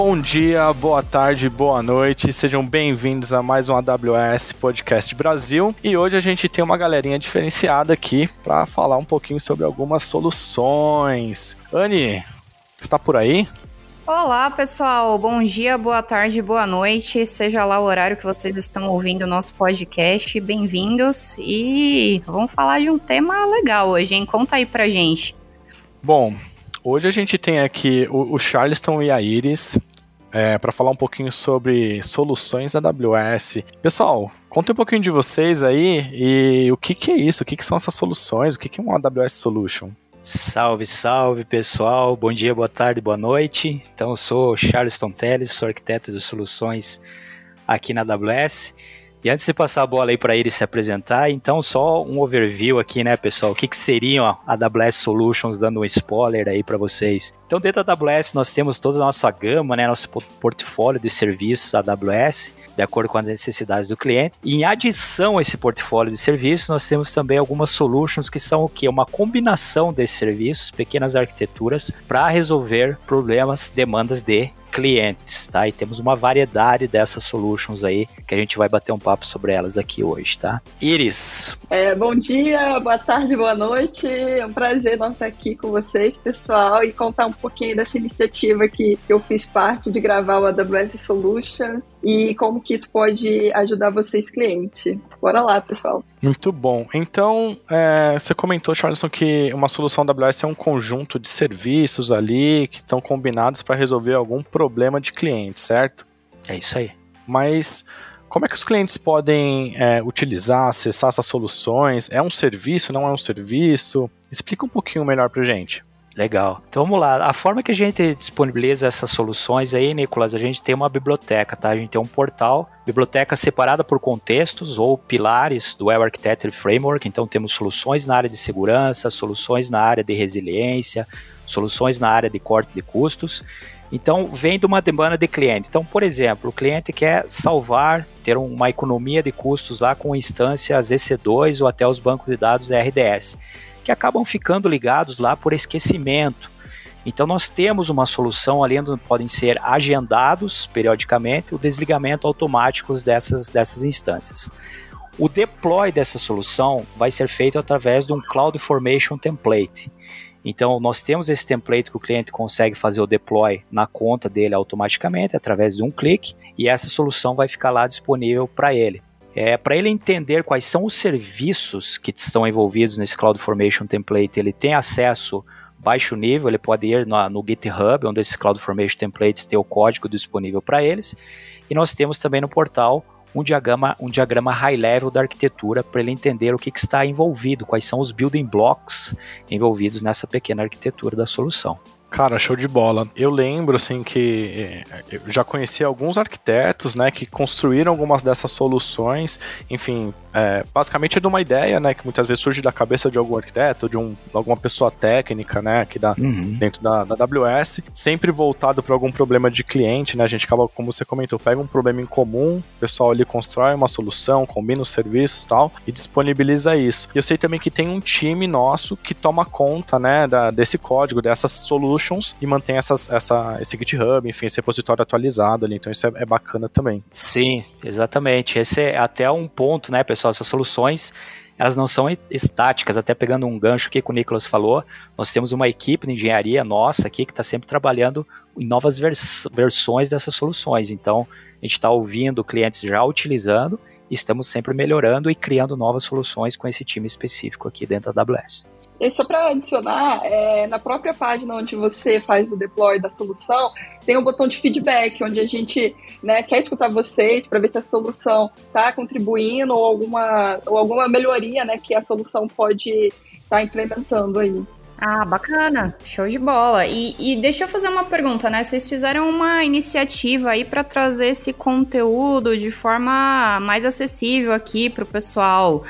Bom dia, boa tarde, boa noite, sejam bem-vindos a mais um AWS Podcast Brasil. E hoje a gente tem uma galerinha diferenciada aqui para falar um pouquinho sobre algumas soluções. Anny, está por aí? Olá, pessoal. Bom dia, boa tarde, boa noite. Seja lá o horário que vocês estão ouvindo o nosso podcast. Bem-vindos. E vamos falar de um tema legal hoje, hein? Conta aí pra gente. Bom, hoje a gente tem aqui o Charleston e a Iris para falar um pouquinho sobre soluções AWS. Pessoal, conta um pouquinho de vocês aí e o que é isso, o que são essas soluções, o que é um AWS Solution? Salve, salve pessoal, bom dia, boa tarde, boa noite. Então eu sou Charleston Teles, sou arquiteto de soluções aqui na AWS. E antes de passar a bola aí para ele se apresentar, então só um overview aqui, né, pessoal? O que seriam a AWS Solutions, dando um spoiler aí para vocês. Então, dentro da AWS, nós temos toda a nossa gama, né, nosso portfólio de serviços da AWS, de acordo com as necessidades do cliente. E em adição a esse portfólio de serviços, nós temos também algumas solutions que são o quê? Uma combinação desses serviços, pequenas arquiteturas, para resolver problemas, demandas de clientes, tá? E temos uma variedade dessas solutions aí, que a gente vai bater um papo sobre elas aqui hoje, tá? Iris. Bom dia, boa tarde, boa noite. É um prazer nós estar aqui com vocês, pessoal, e contar um pouquinho dessa iniciativa que eu fiz parte de gravar o AWS Solutions e como que isso pode ajudar vocês, cliente. Bora lá, pessoal. Muito bom. Então, você comentou, Charleston, que uma solução AWS é um conjunto de serviços ali que estão combinados para resolver algum problema de cliente, certo? É isso aí. Mas como é que os clientes podem utilizar, acessar essas soluções? É um serviço, não é um serviço? Explica um pouquinho melhor pra gente. Legal. Então vamos lá. A forma que a gente disponibiliza essas soluções aí, Nicolas, a gente tem uma biblioteca, tá? A gente tem um portal, biblioteca separada por contextos ou pilares do Web Architecture Framework. Então temos soluções na área de segurança, soluções na área de resiliência, soluções na área de corte de custos. Então vem de uma demanda de cliente. Então, por exemplo, o cliente quer salvar, ter uma economia de custos lá com instâncias EC2 ou até os bancos de dados RDS, que acabam ficando ligados lá por esquecimento. Então nós temos uma solução ali onde podem ser agendados periodicamente o desligamento automático dessas instâncias. O deploy dessa solução vai ser feito através de um CloudFormation Template. Então nós temos esse template que o cliente consegue fazer o deploy na conta dele automaticamente através de um clique e essa solução vai ficar lá disponível para ele. Para ele entender quais são os serviços que estão envolvidos nesse CloudFormation Template, ele tem acesso baixo nível, ele pode ir no GitHub, onde esses CloudFormation Templates tem o código disponível para eles, e nós temos também no portal um diagrama high level da arquitetura para ele entender o que está envolvido, quais são os building blocks envolvidos nessa pequena arquitetura da solução. Cara, show de bola. Eu lembro, assim, que eu já conheci alguns arquitetos, né, que construíram algumas dessas soluções. Enfim, basicamente é de uma ideia, né, que muitas vezes surge da cabeça de algum arquiteto, de alguma pessoa técnica, né, aqui dentro da AWS, sempre voltado para algum problema de cliente, né, a gente acaba, como você comentou, pega um problema em comum, o pessoal ali constrói uma solução, combina os serviços e tal, e disponibiliza isso. E eu sei também que tem um time nosso que toma conta, né, desse código, dessas soluções, e mantém esse GitHub, enfim, esse repositório atualizado ali, então isso é bacana também. Sim, exatamente, esse é até um ponto, né, pessoal, essas soluções, elas não são estáticas, até pegando um gancho aqui que o Nicolas falou, nós temos uma equipe de engenharia nossa aqui que está sempre trabalhando em novas versões dessas soluções, então a gente está ouvindo clientes já utilizando, e estamos sempre melhorando e criando novas soluções com esse time específico aqui dentro da AWS. E só para adicionar, na própria página onde você faz o deploy da solução, tem um botão de feedback, onde a gente, né, quer escutar vocês para ver se a solução está contribuindo ou alguma melhoria, né, que a solução pode estar implementando aí. Ah, bacana, show de bola. E deixa eu fazer uma pergunta, né? Vocês fizeram uma iniciativa aí para trazer esse conteúdo de forma mais acessível aqui para o pessoal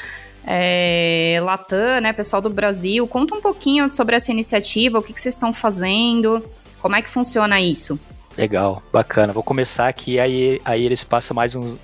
Latam, né? Pessoal do Brasil. Conta um pouquinho sobre essa iniciativa, o que vocês estão fazendo, como é que funciona isso? Legal, bacana. Vou começar aqui, aí eles passam mais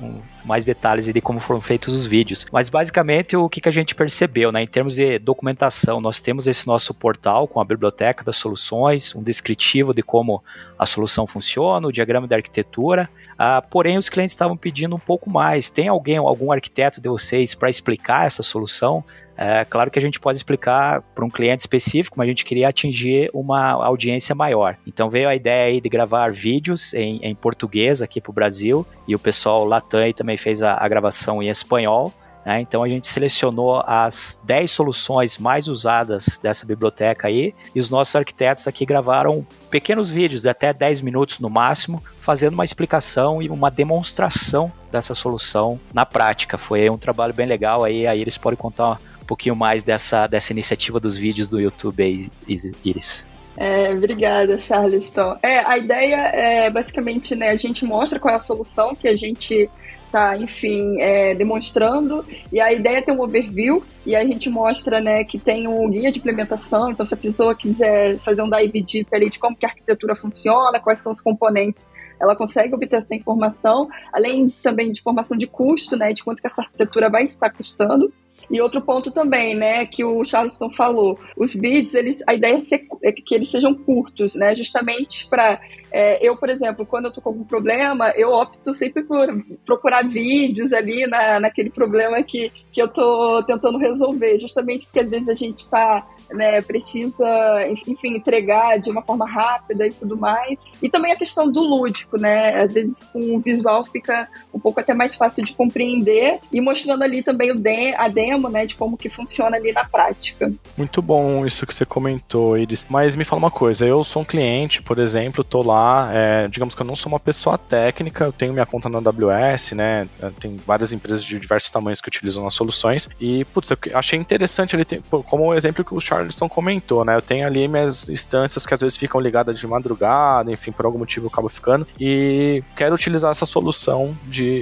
mais detalhes de como foram feitos os vídeos. Mas basicamente o que a gente percebeu, né? Em termos de documentação, nós temos esse nosso portal com a biblioteca das soluções, um descritivo de como a solução funciona, o diagrama da arquitetura. Porém, os clientes estavam pedindo um pouco mais. Tem algum arquiteto de vocês para explicar essa solução? Claro que a gente pode explicar para um cliente específico, mas a gente queria atingir uma audiência maior. Então veio a ideia aí de gravar vídeos em português aqui para o Brasil, e o pessoal Latam também fez a gravação em espanhol. Então a gente selecionou as 10 soluções mais usadas dessa biblioteca aí, e os nossos arquitetos aqui gravaram pequenos vídeos de até 10 minutos no máximo, fazendo uma explicação e uma demonstração dessa solução na prática. Foi um trabalho bem legal, aí eles podem contar um pouquinho mais dessa iniciativa dos vídeos do YouTube aí, Iris. Obrigada, Charleston. A ideia é basicamente, né, a gente mostra qual é a solução que a gente está, enfim, demonstrando, e a ideia é ter um overview, e a gente mostra, né, que tem um guia de implementação. Então se a pessoa quiser fazer um dive deep ali de como que a arquitetura funciona, quais são os componentes, ela consegue obter essa informação, além também de informação de custo, né, de quanto que essa arquitetura vai estar custando. E outro ponto também, né, que o Charleston falou, os vídeos, a ideia é que eles sejam curtos, né, justamente para... eu, por exemplo, quando eu tô com algum problema, eu opto sempre por procurar vídeos ali naquele problema que eu tô tentando resolver, justamente porque às vezes a gente tá, né, precisa, enfim, entregar de uma forma rápida e tudo mais. E também a questão do lúdico, né, às vezes com o visual fica um pouco até mais fácil de compreender, e mostrando ali também a demo, né, de como que funciona ali na prática. Muito bom isso que você comentou, Iris. Mas me fala uma coisa, eu sou um cliente, por exemplo, tô lá, digamos que eu não sou uma pessoa técnica, eu tenho minha conta na AWS, né, tem várias empresas de diversos tamanhos que utilizam as soluções, e, putz, eu achei interessante ali, como o exemplo que o Charleston comentou, né, eu tenho ali minhas instâncias que às vezes ficam ligadas de madrugada, enfim, por algum motivo eu acabo ficando, e quero utilizar essa solução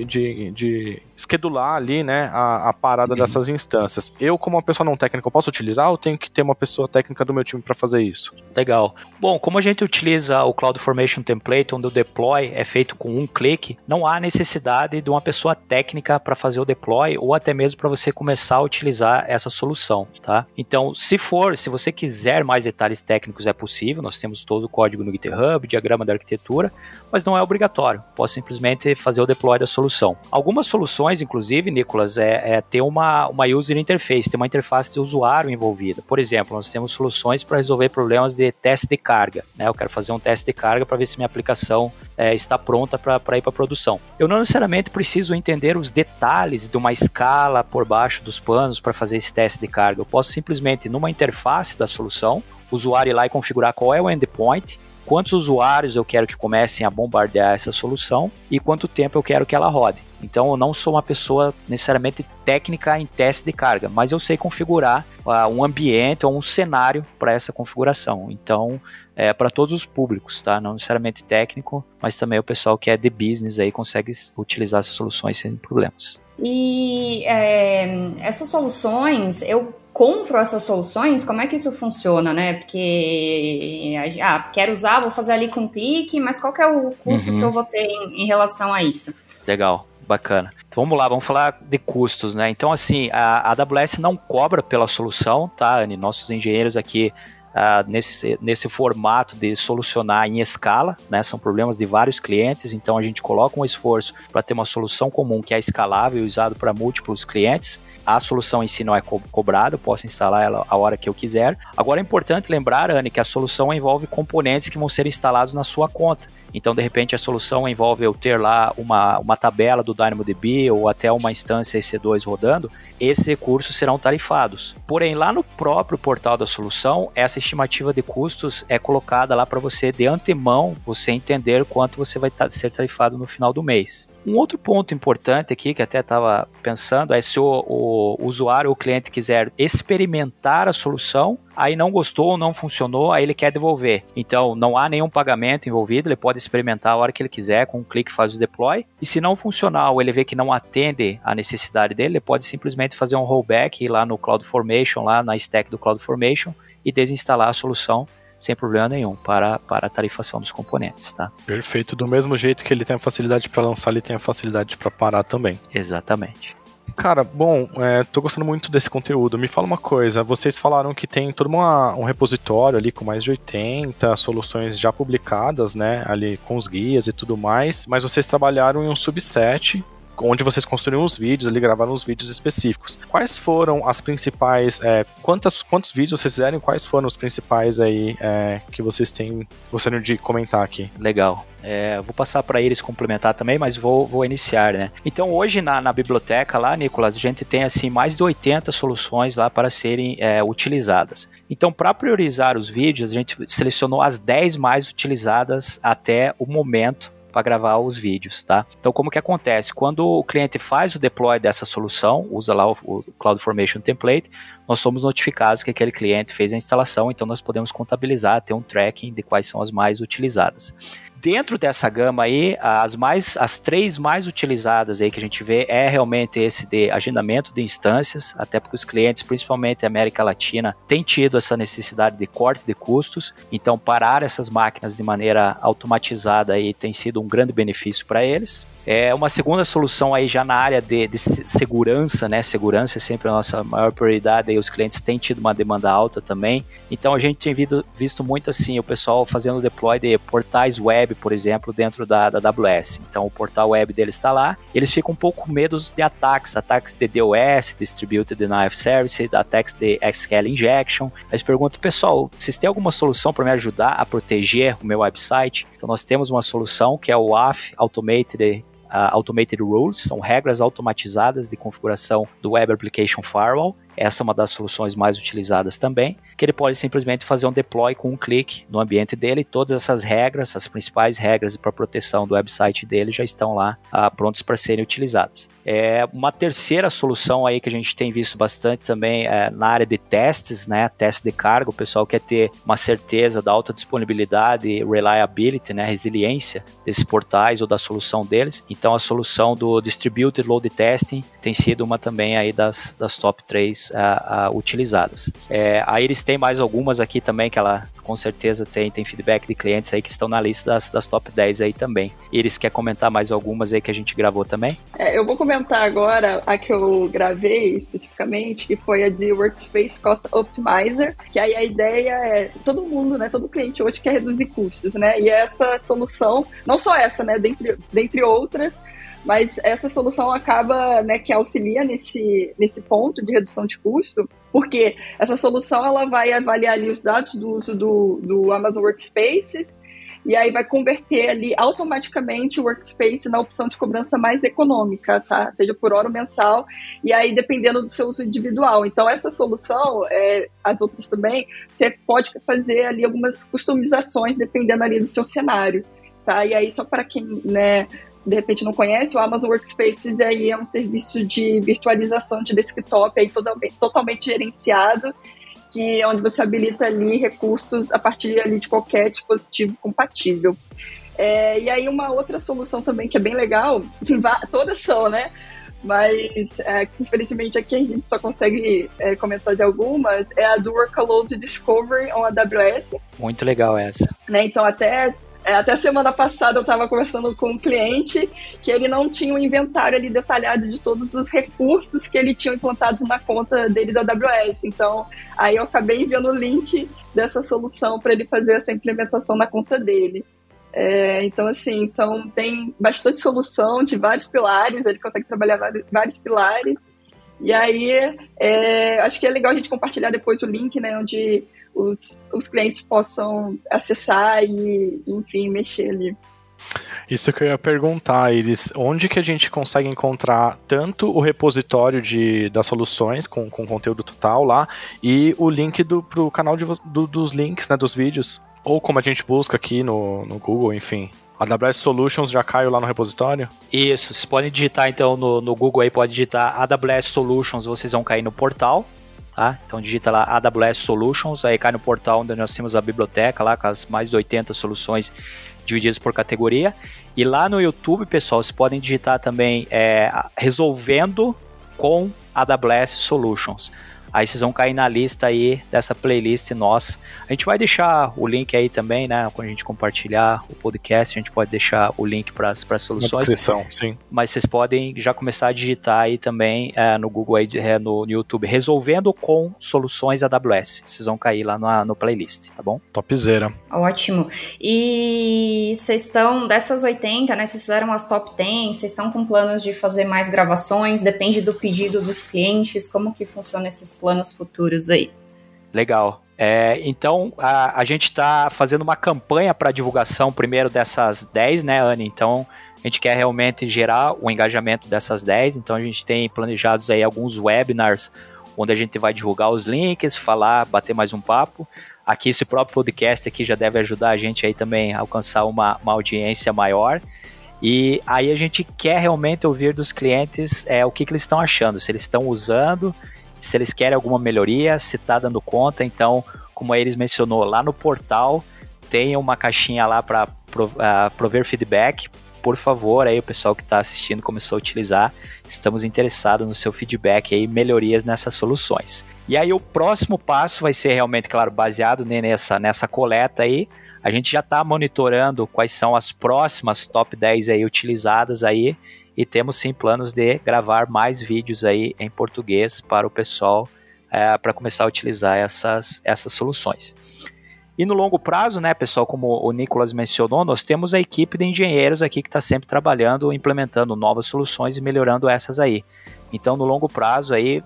de schedular ali, né, a parada dessas instâncias. Eu, como uma pessoa não técnica, eu posso utilizar ou tenho que ter uma pessoa técnica do meu time para fazer isso? Legal. Bom, como a gente utiliza o CloudFormation Template, onde o deploy é feito com um clique, não há necessidade de uma pessoa técnica para fazer o deploy, ou até mesmo para você começar a utilizar essa solução, tá? Então, se você quiser mais detalhes técnicos, é possível, nós temos todo o código no GitHub, diagrama da arquitetura, mas não é obrigatório, posso simplesmente fazer o deploy da solução. Algumas soluções, inclusive, Nicolas, ter uma user interface, ter uma interface de usuário envolvida. Por exemplo, nós temos soluções para resolver problemas de teste de carga, né? Eu quero fazer um teste de carga para ver se minha aplicação está pronta para ir para produção. Eu não necessariamente preciso entender os detalhes de uma escala por baixo dos panos para fazer esse teste de carga. Eu posso simplesmente, numa interface da solução, o usuário ir lá e configurar qual é o endpoint, quantos usuários eu quero que comecem a bombardear essa solução e quanto tempo eu quero que ela rode. Então eu não sou uma pessoa necessariamente técnica em teste de carga, mas eu sei configurar um ambiente ou um cenário para essa configuração. Então é para todos os públicos, tá? Não necessariamente técnico, mas também o pessoal que é de business aí consegue utilizar essas soluções sem problemas. E essas soluções, eu compro essas soluções, como é que isso funciona, né? Porque, quero usar, vou fazer ali com um clique, mas qual que é o custo que eu vou ter em relação a isso? Legal. Bacana. Então vamos lá, vamos falar de custos, né? Então assim, a AWS não cobra pela solução, tá, Anny? Nossos engenheiros aqui nesse formato de solucionar em escala, né? São problemas de vários clientes, então a gente coloca um esforço para ter uma solução comum que é escalável e usado para múltiplos clientes. A solução em si não é cobrada, eu posso instalar ela a hora que eu quiser. Agora é importante lembrar, Anny, que a solução envolve componentes que vão ser instalados na sua conta. Então, de repente, a solução envolve eu ter lá uma tabela do DynamoDB ou até uma instância EC2 rodando. Esses recursos serão tarifados. Porém, lá no próprio portal da solução, essa estimativa de custos é colocada lá para você, de antemão, você entender quanto você vai ser tarifado no final do mês. Um outro ponto importante aqui, que até estava pensando, é se o usuário ou o cliente quiser experimentar a solução, aí não gostou ou não funcionou, aí ele quer devolver. Então não há nenhum pagamento envolvido, ele pode experimentar a hora que ele quiser, com um clique faz o deploy, e se não funcionar ou ele vê que não atende a necessidade dele, ele pode simplesmente fazer um rollback, ir lá no CloudFormation, lá na stack do CloudFormation, e desinstalar a solução sem problema nenhum para a tarifação dos componentes, tá? Perfeito, do mesmo jeito que ele tem a facilidade para lançar, ele tem a facilidade para parar também. Exatamente. Cara, bom, tô gostando muito desse conteúdo. Me fala uma coisa, vocês falaram que tem todo um repositório ali com mais de 80 soluções já publicadas, né, ali com os guias e tudo mais, mas vocês trabalharam em um subset onde vocês construíram os vídeos, ali gravaram os vídeos específicos. Quais foram as principais, quantos vídeos vocês fizeram e quais foram os principais aí que vocês gostariam de comentar aqui? Legal. Vou passar para eles complementar também, mas vou iniciar, né? Então hoje na biblioteca lá, Nicolas, a gente tem assim mais de 80 soluções lá para serem utilizadas. Então para priorizar os vídeos, a gente selecionou as 10 mais utilizadas até o momento para gravar os vídeos, tá? Então, como que acontece? Quando o cliente faz o deploy dessa solução, usa lá o CloudFormation Template, nós somos notificados que aquele cliente fez a instalação, então nós podemos contabilizar, ter um tracking de quais são as mais utilizadas. Dentro dessa gama aí, as 3 mais utilizadas aí que a gente vê é realmente esse de agendamento de instâncias, até porque os clientes, principalmente a América Latina, têm tido essa necessidade de corte de custos, então parar essas máquinas de maneira automatizada aí tem sido um grande benefício para eles. Uma segunda solução aí já na área de segurança, né? Segurança é sempre a nossa maior prioridade, aí os clientes têm tido uma demanda alta também, então a gente tem visto muito assim, o pessoal fazendo deploy de portais web, por exemplo, dentro da AWS. Então o portal web deles está lá, eles ficam um pouco com medo de ataques de DOS, Distributed Denial of Service, ataques de SQL Injection. Eles perguntam, pessoal, vocês têm alguma solução para me ajudar a proteger o meu website? Então nós temos uma solução que é o WAF Automated Rules, são regras automatizadas de configuração do Web Application Firewall. Essa é uma das soluções mais utilizadas também, que ele pode simplesmente fazer um deploy com um clique no ambiente dele, e todas essas regras, as principais regras para proteção do website dele já estão lá prontas para serem utilizadas. Uma terceira solução aí que a gente tem visto bastante também na área de testes, né, teste de carga, o pessoal quer ter uma certeza da alta disponibilidade, reliability, né, resiliência desses portais ou da solução deles, então a solução do Distributed Load Testing tem sido uma também aí das top 3 utilizadas. Aí eles têm mais algumas aqui também que ela com certeza tem feedback de clientes aí que estão na lista das top 10 aí também. Eles querem comentar mais algumas aí que a gente gravou também? Eu vou comentar agora a que eu gravei especificamente, que foi a de Workspace Cost Optimizer, que aí a ideia é, todo mundo, né, todo cliente hoje quer reduzir custos, né, e essa solução, não só essa, né, dentre outras, mas essa solução acaba, né, que auxilia nesse ponto de redução de custo, porque essa solução ela vai avaliar ali os dados do uso do Amazon Workspaces e aí vai converter ali automaticamente o Workspace na opção de cobrança mais econômica, tá? Seja por hora ou mensal, e aí dependendo do seu uso individual. Então essa solução, as outras também, você pode fazer ali algumas customizações dependendo ali do seu cenário, tá? E aí só para quem, né, de repente não conhece, o Amazon Workspaces aí é um serviço de virtualização de desktop aí totalmente gerenciado, que é onde você habilita ali recursos a partir ali de qualquer dispositivo compatível. E aí uma outra solução também que é bem legal, assim, todas são, né? Mas infelizmente aqui a gente só consegue comentar de algumas, é a do Workload Discovery on AWS. Muito legal essa. Né? Então até a semana passada eu estava conversando com um cliente que ele não tinha um inventário ali detalhado de todos os recursos que ele tinha implantados na conta dele da AWS. Então, aí eu acabei enviando o link dessa solução para ele fazer essa implementação na conta dele. Então, assim, tem bastante solução de vários pilares, ele consegue trabalhar vários pilares. E aí, acho que é legal a gente compartilhar depois o link, né, onde os clientes possam acessar e, enfim, mexer ali. Isso que eu ia perguntar, Iris, onde que a gente consegue encontrar tanto o repositório das soluções com conteúdo total lá e o link pro canal dos links, né, dos vídeos? Ou como a gente busca aqui no Google, enfim. AWS Solutions já caiu lá no repositório? Isso, vocês podem digitar então no Google aí, pode digitar AWS Solutions, vocês vão cair no portal. Tá? Então digita lá AWS Solutions, aí cai no portal onde nós temos a biblioteca lá com as mais de 80 soluções divididas por categoria, e lá no YouTube, pessoal, vocês podem digitar também resolvendo com AWS Solutions. aí vocês vão cair na lista aí dessa playlist nossa. A gente vai deixar o link aí também, né? Quando a gente compartilhar o podcast, a gente pode deixar o link para as soluções. Na descrição, sim. Mas vocês podem já começar a digitar aí também no Google, aí, no YouTube, Resolvendo com Soluções AWS. Vocês vão cair lá no playlist, tá bom? Topzera. Ótimo. E vocês estão, dessas 80, né? Vocês fizeram as top 10, vocês estão com planos de fazer mais gravações? Depende do pedido dos clientes. Como que funciona esses planos futuros aí? Legal. Então, a gente está fazendo uma campanha para divulgação primeiro dessas 10, né, Anne? Então, a gente quer realmente gerar o engajamento dessas 10. Então, a gente tem planejados aí alguns webinars onde a gente vai divulgar os links, falar, bater mais um papo. Aqui, esse próprio podcast aqui já deve ajudar a gente aí também a alcançar uma audiência maior. E aí a gente quer realmente ouvir dos clientes o que eles estão achando, se eles estão usando, se eles querem alguma melhoria, se está dando conta. Então, como eles mencionou, lá no portal tem uma caixinha lá para prover feedback. Por favor, aí o pessoal que está assistindo começou a utilizar, estamos interessados no seu feedback aí, melhorias nessas soluções. E aí o próximo passo vai ser realmente, claro, baseado nessa coleta aí. A gente já está monitorando quais são as próximas top 10 aí utilizadas aí, e temos sim planos de gravar mais vídeos aí em português para o pessoal para começar a utilizar essas soluções. E no longo prazo, né, pessoal, como o Nicolas mencionou, nós temos a equipe de engenheiros aqui que está sempre trabalhando, implementando novas soluções e melhorando essas aí. Então, no longo prazo aí,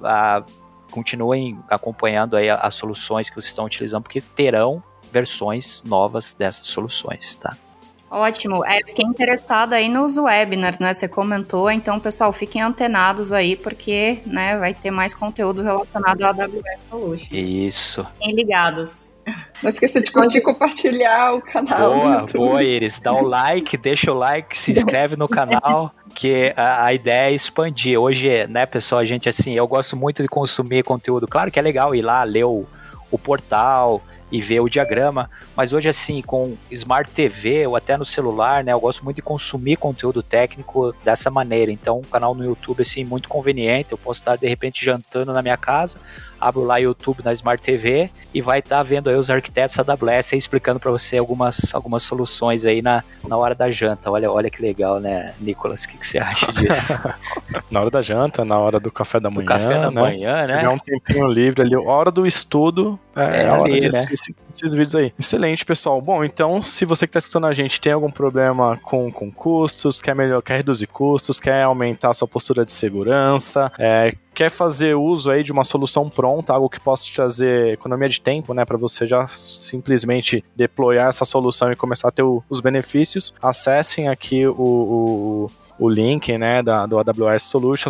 continuem acompanhando aí as soluções que vocês estão utilizando, porque terão versões novas dessas soluções, tá? Ótimo. Fiquei interessada aí nos webinars, né? Você comentou, então, pessoal, fiquem antenados aí, porque, né, vai ter mais conteúdo relacionado à AWS Solutions. Isso. Fiquem ligados. Não esqueça de curtir e compartilhar o canal. Boa, Iris. Dá o like, deixa o like, se inscreve no canal, que a ideia é expandir. Hoje, né, pessoal, a gente, assim, eu gosto muito de consumir conteúdo. Claro que é legal ir lá, ler o portal e ver o diagrama, mas hoje, assim, com Smart TV ou até no celular, né, eu gosto muito de consumir conteúdo técnico dessa maneira. Então, um canal no YouTube, assim, muito conveniente. Eu posso estar, de repente, jantando na minha casa, abro lá o YouTube na Smart TV e vai estar vendo aí os arquitetos AWS aí explicando para você algumas soluções aí na hora da janta. Olha que legal, né, Nicolas? O que você acha disso? Na hora da janta, na hora do café da manhã. Café da manhã, né? Tiver um tempinho livre ali, hora do estudo, a hora de assistir, né, esses vídeos aí. Excelente, pessoal. Bom, então, se você que está escutando a gente tem algum problema com custos, quer reduzir custos, quer aumentar a sua postura de segurança, quer fazer uso aí de uma solução pronta, algo que possa te trazer economia de tempo, né, para você já simplesmente deployar essa solução e começar a ter os benefícios, acessem aqui o link, né, do AWS Solutions,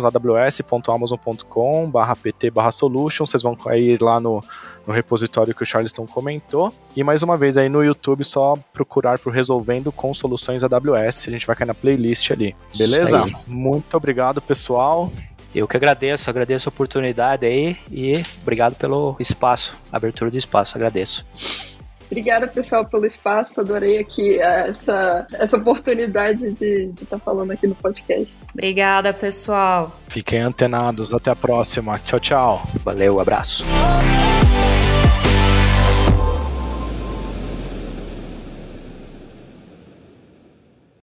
aws.amazon.com/pt/solutions. Vocês vão cair lá no repositório que o Charleston comentou. E mais uma vez aí no YouTube, só procurar por Resolvendo com Soluções AWS. A gente vai cair na playlist ali. Beleza? Muito obrigado, pessoal. Eu que agradeço a oportunidade aí e obrigado pelo espaço, abertura do espaço, agradeço. Obrigada, pessoal, pelo espaço. Adorei aqui essa oportunidade de estar falando aqui no podcast. Obrigada, pessoal. Fiquem antenados. Até a próxima. Tchau, tchau. Valeu, abraço.